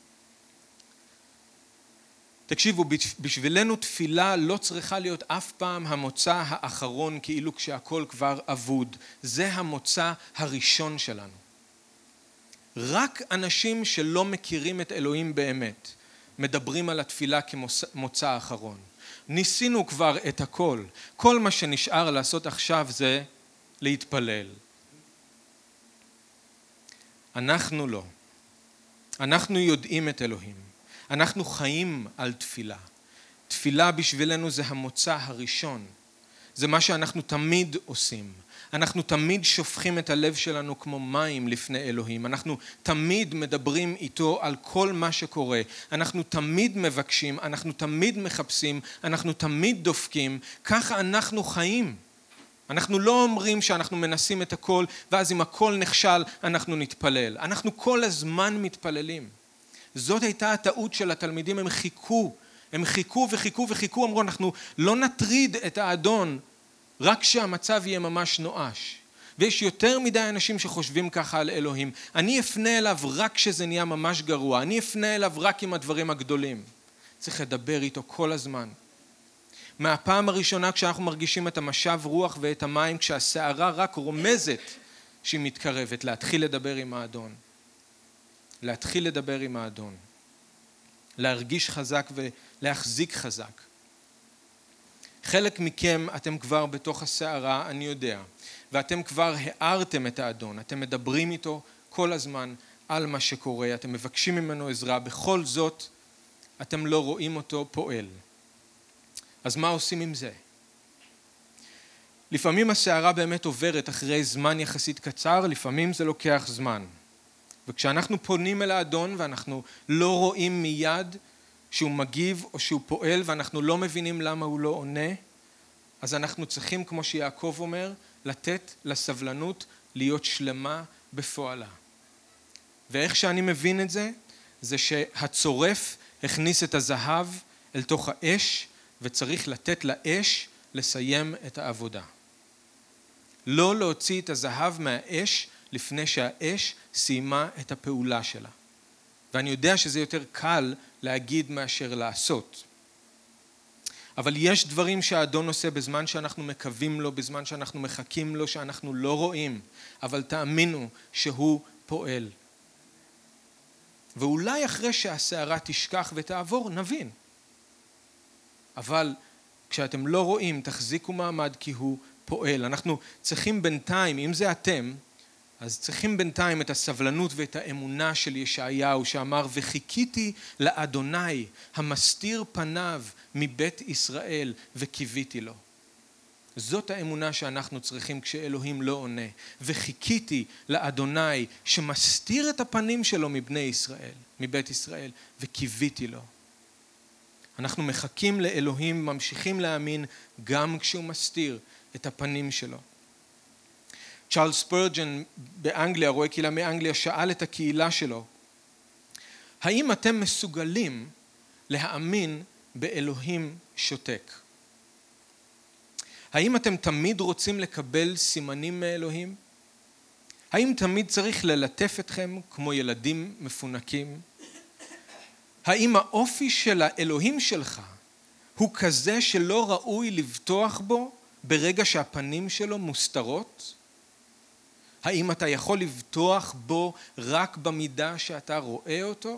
תקשיבו, בשבילנו תפילה לא צריכה להיות אף פעם המוצא האחרון כאילו כשהכל כבר אבוד. זה המוצא הראשון שלנו. רק אנשים שלא מכירים את אלוהים באמת מדברים על התפילה כמוצא האחרון. ניסינו כבר את הכל. כל מה שנשאר לעשות עכשיו זה להתפלל. אנחנו לא. אנחנו יודעים את אלוהים. אנחנו חיים על תפילה. תפילה בשבילנו זה המוצא הראשון. זה מה שאנחנו תמיד עושים. אנחנו תמיד שופכים את הלב שלנו כמו מים לפני אלוהים. אנחנו תמיד מדברים איתו על כל מה שקורה. אנחנו תמיד מבקשים, אנחנו תמיד מחפשים, אנחנו תמיד דופקים. ככה אנחנו חיים. אנחנו לא אומרים שאנחנו מנסים את הכל, ואז אם הכל נכשל, אנחנו נתפלל. אנחנו כל הזמן מתפללים. זאת הייתה הטעות של התלמידים, הם חיכו. הם חיכו וחיכו וחיכו, אמרו, אנחנו לא נטריד את האדון, רק שהמצב יהיה ממש נואש. ויש יותר מדי אנשים שחושבים ככה על אלוהים. אני אפנה אליו רק כשזה נהיה ממש גרוע. אני אפנה אליו רק עם הדברים הגדולים. צריך לדבר איתו כל הזמן. מהפעם הראשונה כשאנחנו מרגישים את המשב רוח ואת המים, כשהשערה רק רומזת שהיא מתקרבת, להתחיל לדבר עם האדון. להתחיל לדבר עם האדון. להרגיש חזק ולהחזיק חזק. חלק מכם אתם כבר בתוך השערה, אני יודע, ואתם כבר הערתם את האדון, אתם מדברים איתו כל הזמן על מה שקורה, אתם מבקשים ממנו עזרה, בכל זאת אתם לא רואים אותו פועל. אז מה עושים עם זה? לפעמים השערה באמת עוברת אחרי זמן יחסית קצר, לפעמים זה לוקח זמן. וכשאנחנו פונים אל האדון ואנחנו לא רואים מיד שהוא מגיב או שהוא פועל ואנחנו לא מבינים למה הוא לא עונה, אז אנחנו צריכים, כמו שיעקב אומר, לתת לסבלנות להיות שלמה בפועלה. ואיך שאני מבין את זה, זה שהצורף הכניס את הזהב אל תוך האש, וצריך לתת לאש לסיים את העבודה. לא להוציא את הזהב מהאש לפני שהאש סיימה את הפעולה שלה. ואני יודע שזה יותר קל להגיד מאשר לעשות. אבל יש דברים שהאדון עושה בזמן שאנחנו מקווים לו, בזמן שאנחנו מחכים לו, שאנחנו לא רואים, אבל תאמינו שהוא פועל. ואולי אחרי שהשערה תשכח ותעבור, נבין. אבל כשאתם לא רואים, תחזיקו מעמד כי הוא פועל. אנחנו צריכים בינתיים, אם זה אתם, אז צריכים בינתיים את הסבלנות ואת האמונה של ישעיהו שאמר, וחיכיתי לאדוני המסתיר פניו מבית ישראל וקיוויתי לו. זאת האמונה שאנחנו צריכים כשאלוהים לא עונה. וחיכיתי לאדוני שמסתיר את הפנים שלו מבני ישראל, מבית ישראל, וקיוויתי לו. אנחנו מחכים לאלוהים, ממשיכים להאמין גם כשהוא מסתיר את הפנים שלו. צ'ארלס ספרג'ן באנגליה, רואה קהילה מאנגליה, שאל את הקהילה שלו, האם אתם מסוגלים להאמין באלוהים שותק? האם אתם תמיד רוצים לקבל סימנים מאלוהים? האם תמיד צריך ללטף אתכם כמו ילדים מפונקים? האם האופי של האלוהים שלך הוא כזה שלא ראוי לבטוח בו ברגע שהפנים שלו מוסתרות? האם אתה יכול לבטוח בו רק במידה שאתה רואה אותו?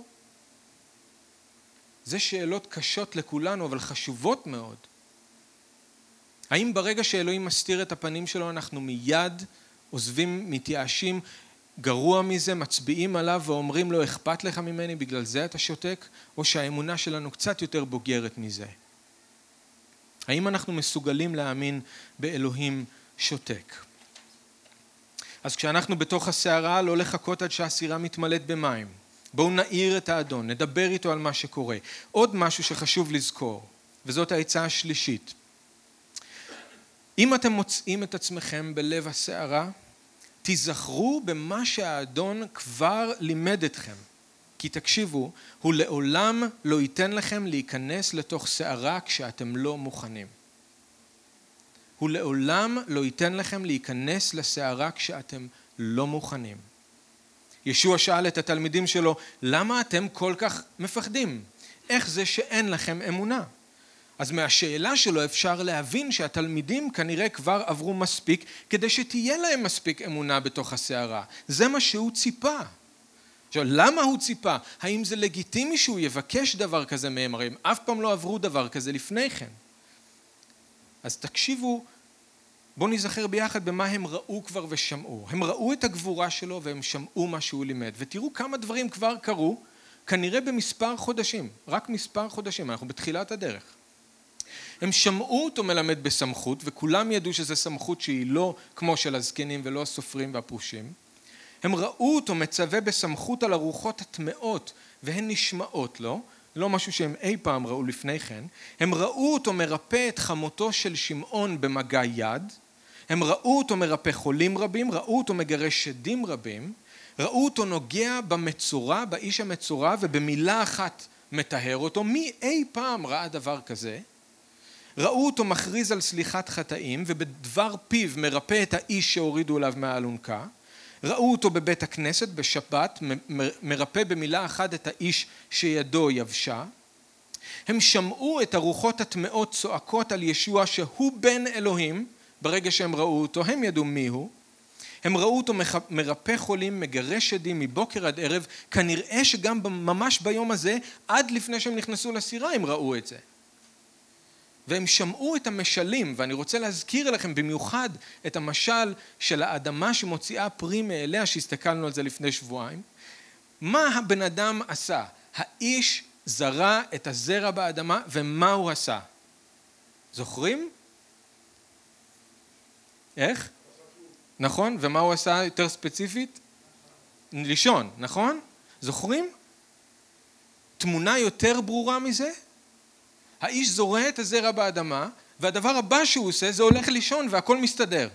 זה שאלות קשות לכולנו, אבל חשובות מאוד. האם ברגע שאלוהים מסתיר את הפנים שלו, אנחנו מיד עוזבים, מתייאשים, גרוע מזה, מצביעים עליו ואומרים לו, אכפת לך ממני, בגלל זה אתה שותק? או שהאמונה שלנו קצת יותר בוגרת מזה? האם אנחנו מסוגלים להאמין באלוהים שותק? אז כשאנחנו בתוך הסערה, לא לחכות עד שהסירה מתמלאת במים. בואו נעיר את האדון, נדבר איתו על מה שקורה. עוד משהו שחשוב לזכור, וזאת העצה השלישית. אם אתם מוצאים את עצמכם בלב הסערה, תיזכרו במה שהאדון כבר לימד אתכם. כי תקשיבו, הוא לעולם לא ייתן לכם להיכנס לתוך סערה כשאתם לא מוכנים. הוא לעולם לא ייתן לכם להיכנס לסערה כשאתם לא מוכנים. ישוע שאל את התלמידים שלו, למה אתם כל כך מפחדים? איך זה שאין לכם אמונה? אז מהשאלה שלו אפשר להבין שהתלמידים כנראה כבר עברו מספיק כדי שתהיה להם מספיק אמונה בתוך הסערה. זה מה שהוא ציפה. עכשיו, למה הוא ציפה? האם זה לגיטימי שהוא יבקש דבר כזה מהם? הרי הם אף פעם לא עברו דבר כזה לפני כן. אז תקשיבו, בואו נזכר ביחד במה הם ראו כבר ושמעו. הם ראו את הגבורה שלו והם שמעו מה שהוא לימד. ותראו כמה דברים כבר קרו, כנראה במספר חודשים, רק מספר חודשים, אנחנו בתחילת הדרך. הם שמעו אותו מלמד בסמכות, וכולם ידעו שזו סמכות שהיא לא כמו של הזקנים ולא הסופרים והפרושים. הם ראו אותו מצווה בסמכות על הרוחות הטמאות, והן נשמעות לו, לא משהו שהם אי פעם ראו לפני כן. הם ראו אותו מרפא את חמותו של שמעון במגע יד, הם ראו אותו מרפא חולים רבים, ראו אותו מגרש שדים רבים, ראו אותו נוגע במצורע, באיש המצורע, ובמילה אחת מטהר אותו. מי אי פעם ראה דבר כזה? ראו אותו מכריז על סליחת חטאים, ובדבר פיו מרפא את האיש שהורידו אליו מהאלונקה. ראו אותו בבית הכנסת בשבת, מרפא במילה אחת את האיש שידו יבשה. הם שמעו את הרוחות הטמאות צועקות על ישוע שהוא בן אלוהים. ברגע שהם ראו אותו, הם ידעו מי הוא. הם ראו אותו מרפא חולים, מגרש שדים מבוקר עד ערב. כנראה שגם ממש ביום הזה, עד לפני שהם נכנסו לסירה, הם ראו את זה. והם שמעו את המשלים, ואני רוצה להזכיר לכם במיוחד את המשל של האדמה שמוציאה פרי מאליה, שהסתכלנו על זה לפני שבועיים. מה הבן אדם עשה? האיש זרע את הזרע באדמה, ומה הוא עשה? זוכרים? איך? נכון? ומה הוא עשה יותר ספציפית? לישון, נכון? זוכרים? תמונה יותר ברורה מזה? האיש זורע את הזרע באדמה, והדבר הבא שהוא עושה זה הולך לישון והכל מסתדר.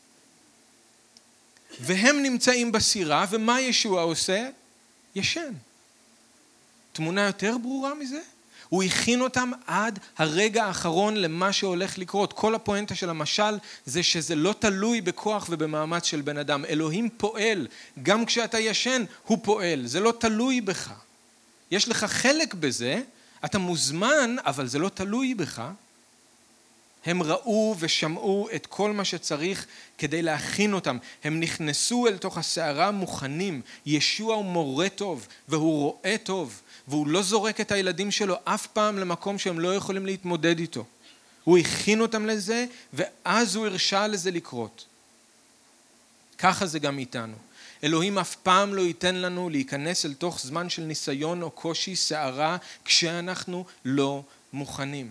והם נמצאים בסירה, ומה ישוע עושה? ישן. תמונה יותר ברורה מזה? הוא הכין אותם עד הרגע האחרון למה שהולך לקרות. כל הפואנטה של המשל זה שזה לא תלוי בכוח ובמאמץ של בן אדם. אלוהים פועל, גם כשאתה ישן הוא פועל, זה לא תלוי בך. יש לך חלק בזה, אתה מוזמן, אבל זה לא תלוי בך. הם ראו ושמעו את כל מה שצריך כדי להכין אותם. הם נכנסו אל תוך הסערה מוכנים. ישוע הוא מורה טוב, והוא רואה טוב, והוא לא זורק את הילדים שלו אף פעם למקום שהם לא יכולים להתמודד איתו. הוא הכין אותם לזה, ואז הוא הרשה לזה לקרות. ככה זה גם איתנו. אלוהים אף פעם לא ייתן לנו להיכנס אל תוך זמן של ניסיון או קושי, סערה, כשאנחנו לא מוכנים.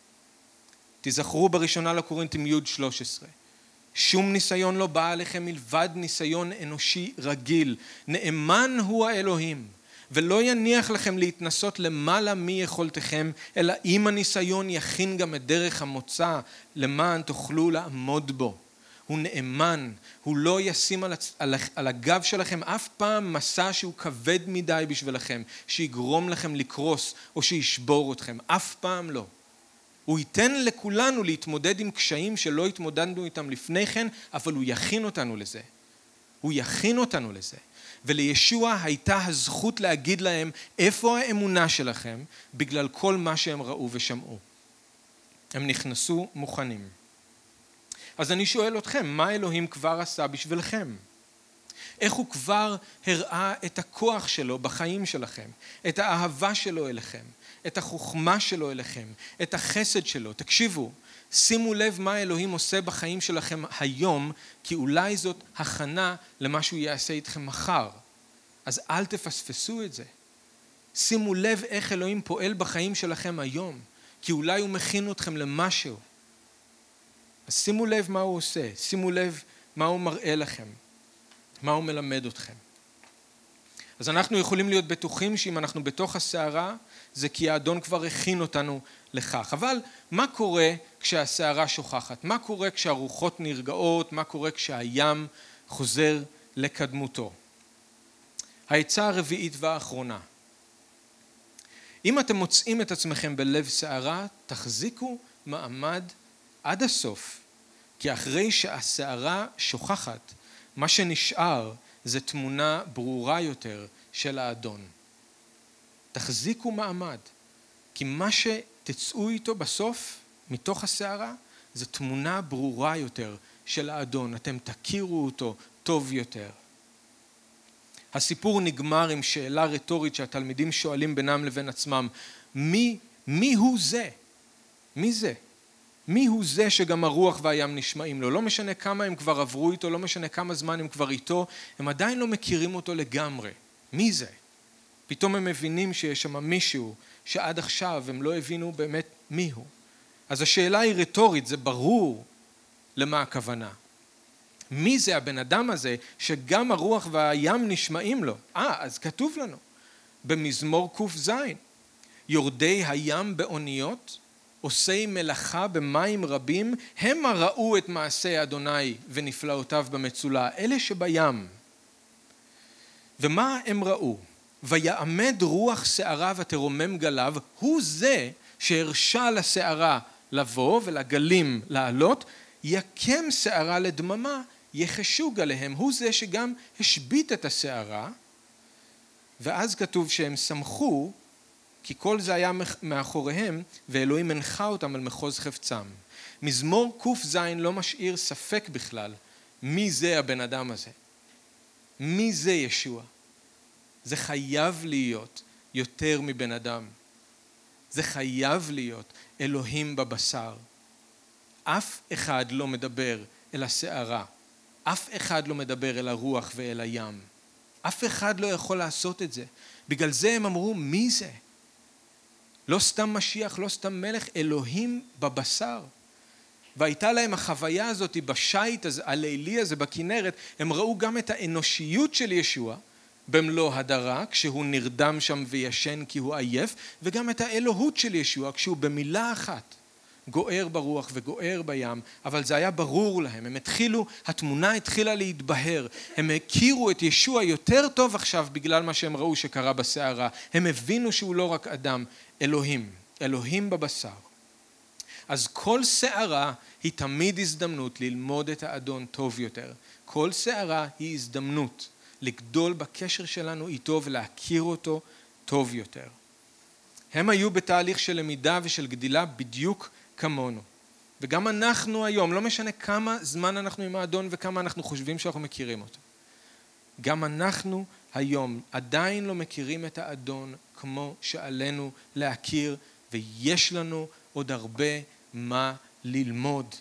תזכרו בראשונה לקורינתים י' שלוש עשרה. שום ניסיון לא בא עליכם מלבד ניסיון אנושי רגיל. נאמן הוא האלוהים, ולא יניח לכם להתנסות למעלה מיכולתכם, אלא אם הניסיון יכין גם את דרך המוצא למען תוכלו לעמוד בו. הוא נאמן, הוא לא ישים על, על, על הגב שלכם אף פעם מסע שהוא כבד מדי בשבילכם, שיגרום לכם לקרוס או שישבור אתכם, אף פעם לא. הוא ייתן לכולנו להתמודד עם קשיים שלא התמודדנו איתם לפני כן, אבל הוא יכין אותנו לזה. הוא יכין אותנו לזה. ולישוע הייתה הזכות להגיד להם איפה האמונה שלכם בגלל כל מה שהם ראו ושמעו. הם נכנסו מוכנים. אז אני שואל אתכם, מה אלוהים כבר עשה בשבילכם? איך הוא כבר הראה את הכוח שלו בחיים שלכם, את האהבה שלו אליכם, את החוכמה שלו אליכם, את החסד שלו. תקשיבו, שימו לב מה אלוהים עושה בחיים שלכם היום, כי אולי זאת הכנה למה שהוא יעשה איתכם מחר. אז אל תפספסו את זה. שימו לב איך אלוהים פועל בחיים שלכם היום, כי אולי הוא מכין אתכם למשהו. אז שימו לב מה הוא עושה, שימו לב מה הוא מראה לכם, מה הוא מלמד אתכם. אז אנחנו יכולים להיות בטוחים שאם אנחנו בתוך הסערה, זה כי האדון כבר הכין אותנו לכך. אבל מה קורה כשהסערה שוכחת? מה קורה כשהרוחות נרגעות? מה קורה כשהים חוזר לקדמותו? העצה הרביעית והאחרונה. אם אתם מוצאים את עצמכם בלב סערה, תחזיקו מעמד עד הסוף. כי אחרי שהסערה שוכחת, מה שנשאר זה תמונה ברורה יותר של האדון. תחזיקו מעמד, כי מה שתצאו איתו בסוף, מתוך הסערה, זה תמונה ברורה יותר של האדון. אתם תכירו אותו טוב יותר. הסיפור נגמר עם שאלה רטורית שהתלמידים שואלים בינם לבין עצמם, מי, מי הוא זה? מי זה? מי הוא זה שגם הרוח והים נשמעים לו? לא משנה כמה הם כבר עברו איתו, לא משנה כמה זמן הם כבר איתו, הם עדיין לא מכירים אותו לגמרי. מי זה? פתאום הם מבינים שיש שם מישהו שעד עכשיו הם לא הבינו באמת מי הוא. אז השאלה היא רטורית, זה ברור למה הכוונה. מי זה הבן אדם הזה שגם הרוח והים נשמעים לו? אה, אז כתוב לנו במזמור ק"ז, יורדי הים באוניות, עושי מלאכה במים רבים, הם ראו את מעשה אדוני ונפלאותיו במצולה, אלה שבים. ומה הם ראו? ויעמד רוח שערה ותרומם גליו, הוא זה שהרשה לשערה לבוא ולגלים לעלות, יקם שערה לדממה, יחשו גליהם, הוא זה שגם השבית את השערה, ואז כתוב שהם שמחו, כי כל זה היה מאחוריהם, ואלוהים הנחה אותם על מחוז חפצם. מזמור ק"ז לא משאיר ספק בכלל, מי זה הבן אדם הזה? מי זה ישוע? זה חייב להיות יותר מבן אדם. זה חייב להיות אלוהים בבשר. אף אחד לא מדבר אל השערה. אף אחד לא מדבר אל הרוח ואל הים. אף אחד לא יכול לעשות את זה. בגלל זה הם אמרו, מי זה? לא סתם משיח, לא סתם מלך, אלוהים בבשר. והייתה להם החוויה הזאת בשייט הלילי הזה בכנרת, הם ראו גם את האנושיות של ישוע, במלוא הדרה, כשהוא נרדם שם וישן כי הוא עייף, וגם את האלוהות של ישוע, כשהוא במילה אחת גוער ברוח וגוער בים, אבל זה היה ברור להם, הם התחילו, התמונה התחילה להתבהר, הם הכירו את ישוע יותר טוב עכשיו בגלל מה שהם ראו שקרה בסערה, הם הבינו שהוא לא רק אדם, אלוהים, אלוהים בבשר. אז כל שערה היא תמיד הזדמנות ללמוד את האדון טוב יותר, כל שערה היא הזדמנות לגדול בקשר שלנו איתו ולהכיר אותו טוב יותר. הם היו בתהליך של למידה ושל גדילה בדיוק כמונו. וגם אנחנו היום, לא משנה כמה זמן אנחנו עם האדון וכמה אנחנו חושבים שאנחנו מכירים אותו. גם אנחנו היום עדיין לא מכירים את האדון כמו שעלינו להכיר, ויש לנו עוד הרבה מה ללמוד.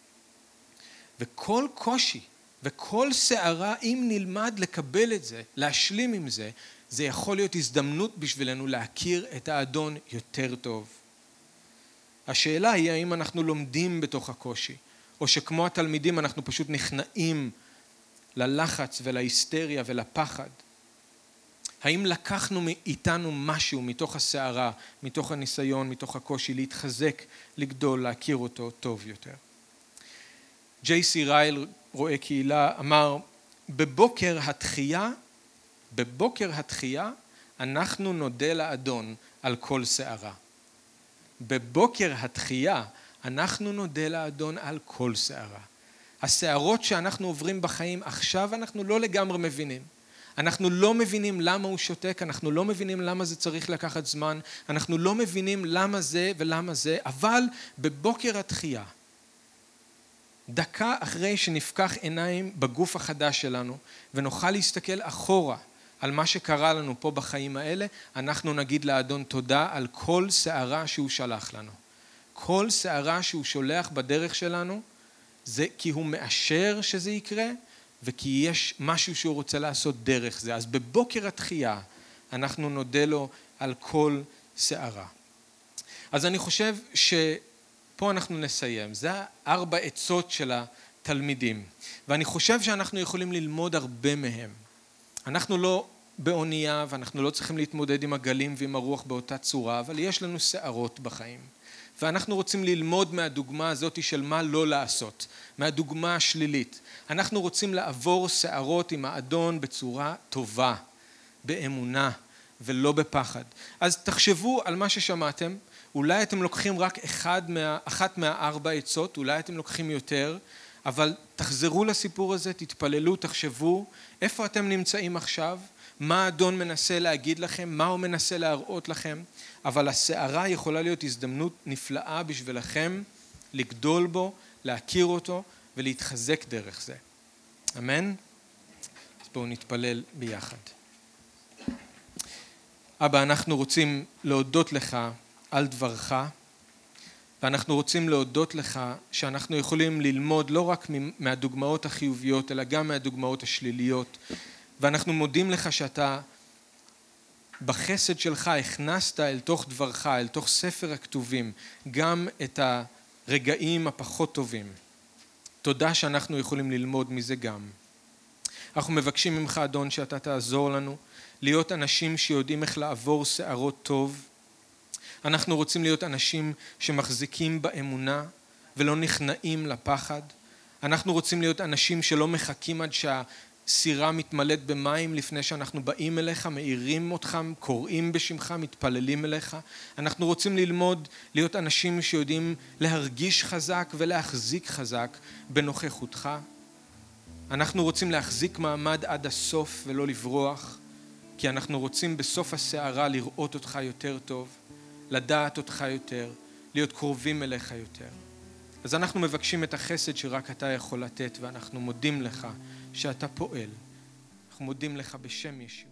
וכל קושי וכל שערה, אם נלמד לקבל את זה, להשלים עם זה, זה יכול להיות הזדמנות בשבילנו להכיר את האדון יותר טוב. השאלה היא האם אנחנו לומדים בתוך הקושי, או שכמו התלמידים אנחנו פשוט נכנעים ללחץ ולהיסטריה ולפחד. האם לקחנו איתנו משהו מתוך השערה, מתוך הניסיון, מתוך הקושי, להתחזק, לגדול, להכיר אותו טוב יותר. ג'יי סי רייל, רואה קהילה, אמר, בבוקר התחייה, בבוקר התחייה, אנחנו נודה לאדון על כל שערה. בבוקר התחייה, אנחנו נודה לאדון על כל שערה. השערות שאנחנו עוברים בחיים, עכשיו אנחנו לא לגמרי מבינים. אנחנו לא מבינים למה הוא שותק, אנחנו לא מבינים למה זה צריך לקחת זמן, אנחנו לא מבינים למה זה ולמה זה, אבל בבוקר התחייה, דקה אחרי שנפקח עיניים בגוף החדש שלנו, ונוכל להסתכל אחורה על מה שקרה לנו פה בחיים האלה, אנחנו נגיד לאדון תודה על כל שערה שהוא שלח לנו. כל שערה שהוא שולח בדרך שלנו, זה כי הוא מאשר שזה יקרה, וכי יש משהו שהוא רוצה לעשות דרך זה. אז בבוקר התחייה אנחנו נודה לו על כל שערה. אז אני חושב שפה אנחנו נסיים. זה ארבע עצות של התלמידים. ואני חושב שאנחנו יכולים ללמוד הרבה מהם. אנחנו לא באונייה ואנחנו לא צריכים להתמודד עם הגלים ועם הרוח באותה צורה, אבל יש לנו שערות בחיים. ואנחנו רוצים ללמוד מהדוגמה הזאת של מה לא לעשות, מהדוגמה השלילית. אנחנו רוצים לעבור שערות עם האדון בצורה טובה, באמונה ולא בפחד. אז תחשבו על מה ששמעתם, אולי אתם לוקחים רק אחד מה, אחת מהארבע עצות, אולי אתם לוקחים יותר, אבל תחזרו לסיפור הזה, תתפללו, תחשבו איפה אתם נמצאים עכשיו, מה האדון מנסה להגיד לכם, מה הוא מנסה להראות לכם, אבל השערה יכולה להיות הזדמנות נפלאה בשבילכם לגדול בו, להכיר אותו ולהתחזק דרך זה. אמן? אז בואו נתפלל ביחד. אבא, אנחנו רוצים להודות לך על דברך, ואנחנו רוצים להודות לך שאנחנו יכולים ללמוד לא רק מהדוגמאות החיוביות, אלא גם מהדוגמאות השליליות. ואנחנו מודים לך שאתה בחסד שלך הכנסת אל תוך דברך, אל תוך ספר הכתובים, גם את הרגעים הפחות טובים. תודה שאנחנו יכולים ללמוד מזה גם. אנחנו מבקשים ממך, אדון, שאתה תעזור לנו להיות אנשים שיודעים איך לעבור שערות טוב. אנחנו רוצים להיות אנשים שמחזיקים באמונה ולא נכנעים לפחד. אנחנו רוצים להיות אנשים שלא מחכים עד שהסירה מתמלאת במים לפני שאנחנו באים אליך, מאירים אותך, קוראים בשמך, מתפללים אליך. אנחנו רוצים ללמוד להיות אנשים שיודעים להרגיש חזק ולהחזיק חזק בנוכחותך. אנחנו רוצים להחזיק מעמד עד הסוף ולא לברוח, כי אנחנו רוצים בסוף הסערה לראות אותך יותר טוב, לדעת אותך יותר, להיות קרובים אליך יותר. אז אנחנו מבקשים את החסד שרק אתה יכול לתת, ואנחנו מודים לך שאתה פועל. אנחנו מודים לך בשם ישוע.